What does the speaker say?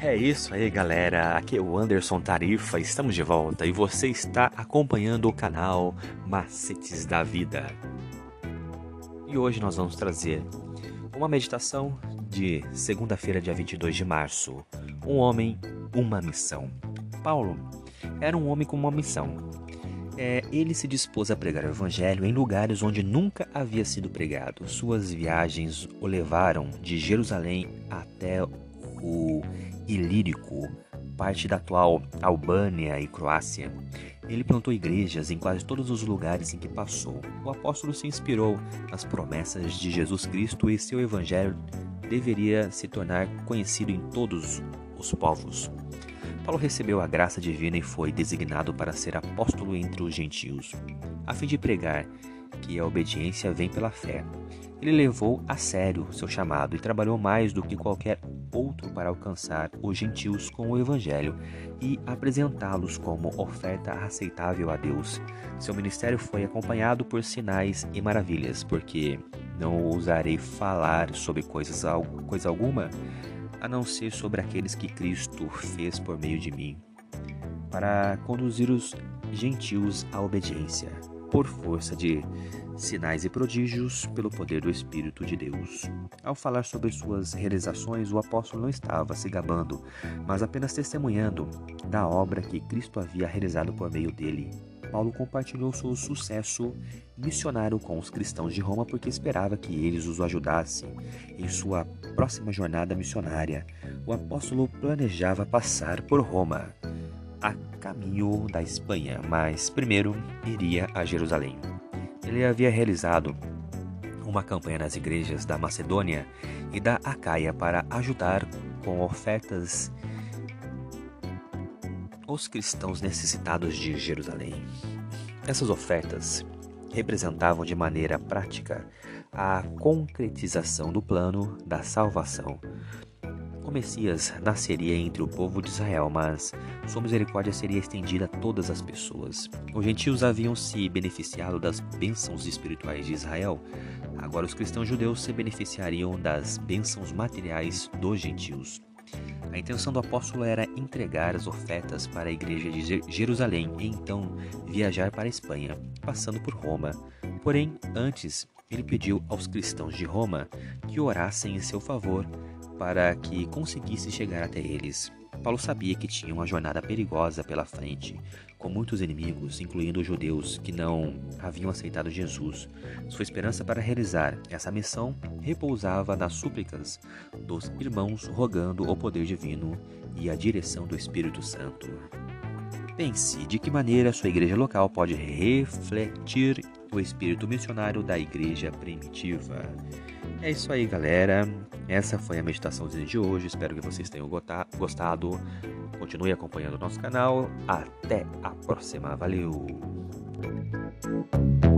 É isso aí, galera. Aqui é o Anderson Tarifa. Estamos de volta e você está acompanhando o canal Macetes da Vida. E hoje nós vamos trazer uma meditação de segunda-feira, dia 22 de março. Um homem, uma missão. Paulo era um homem com uma missão. Ele se dispôs a pregar o evangelho em lugares onde nunca havia sido pregado. Suas viagens o levaram de Jerusalém até o Ilírico, parte da atual Albânia e Croácia. Ele plantou igrejas em quase todos os lugares em que passou. O apóstolo se inspirou nas promessas de Jesus Cristo e seu evangelho deveria se tornar conhecido em todos os povos. Paulo recebeu a graça divina e foi designado para ser apóstolo entre os gentios, a fim de pregar que a obediência vem pela fé. Ele levou a sério seu chamado e trabalhou mais do que qualquer outro para alcançar os gentios com o evangelho e apresentá-los como oferta aceitável a Deus. Seu ministério foi acompanhado por sinais e maravilhas, porque não ousarei falar sobre coisa alguma, a não ser sobre aqueles que Cristo fez por meio de mim, para conduzir os gentios à obediência, por força de sinais e prodígios pelo poder do Espírito de Deus. Ao falar sobre suas realizações, o apóstolo não estava se gabando, mas apenas testemunhando da obra que Cristo havia realizado por meio dele. Paulo compartilhou seu sucesso missionário com os cristãos de Roma porque esperava que eles os ajudassem em sua próxima jornada missionária. O apóstolo planejava passar por Roma, a caminho da Espanha, mas primeiro iria a Jerusalém. Ele havia realizado uma campanha nas igrejas da Macedônia e da Acaia para ajudar com ofertas os cristãos necessitados de Jerusalém. Essas ofertas representavam de maneira prática a concretização do plano da salvação. O Messias nasceria entre o povo de Israel, mas sua misericórdia seria estendida a todas as pessoas. Os gentios haviam se beneficiado das bênçãos espirituais de Israel. Agora os cristãos judeus se beneficiariam das bênçãos materiais dos gentios. A intenção do apóstolo era entregar as ofertas para a igreja de Jerusalém e então viajar para a Espanha, passando por Roma. Porém, antes, ele pediu aos cristãos de Roma que orassem em seu favor para que conseguisse chegar até eles. Paulo sabia que tinha uma jornada perigosa pela frente, com muitos inimigos, incluindo os judeus que não haviam aceitado Jesus. Sua esperança para realizar essa missão repousava nas súplicas dos irmãos, rogando o poder divino e a direção do Espírito Santo. Pense de que maneira sua igreja local pode refletir o espírito missionário da igreja primitiva. É isso aí, galera. Essa foi a meditaçãozinha de hoje. Espero que vocês tenham gostado. Continue acompanhando o nosso canal. Até a próxima. Valeu!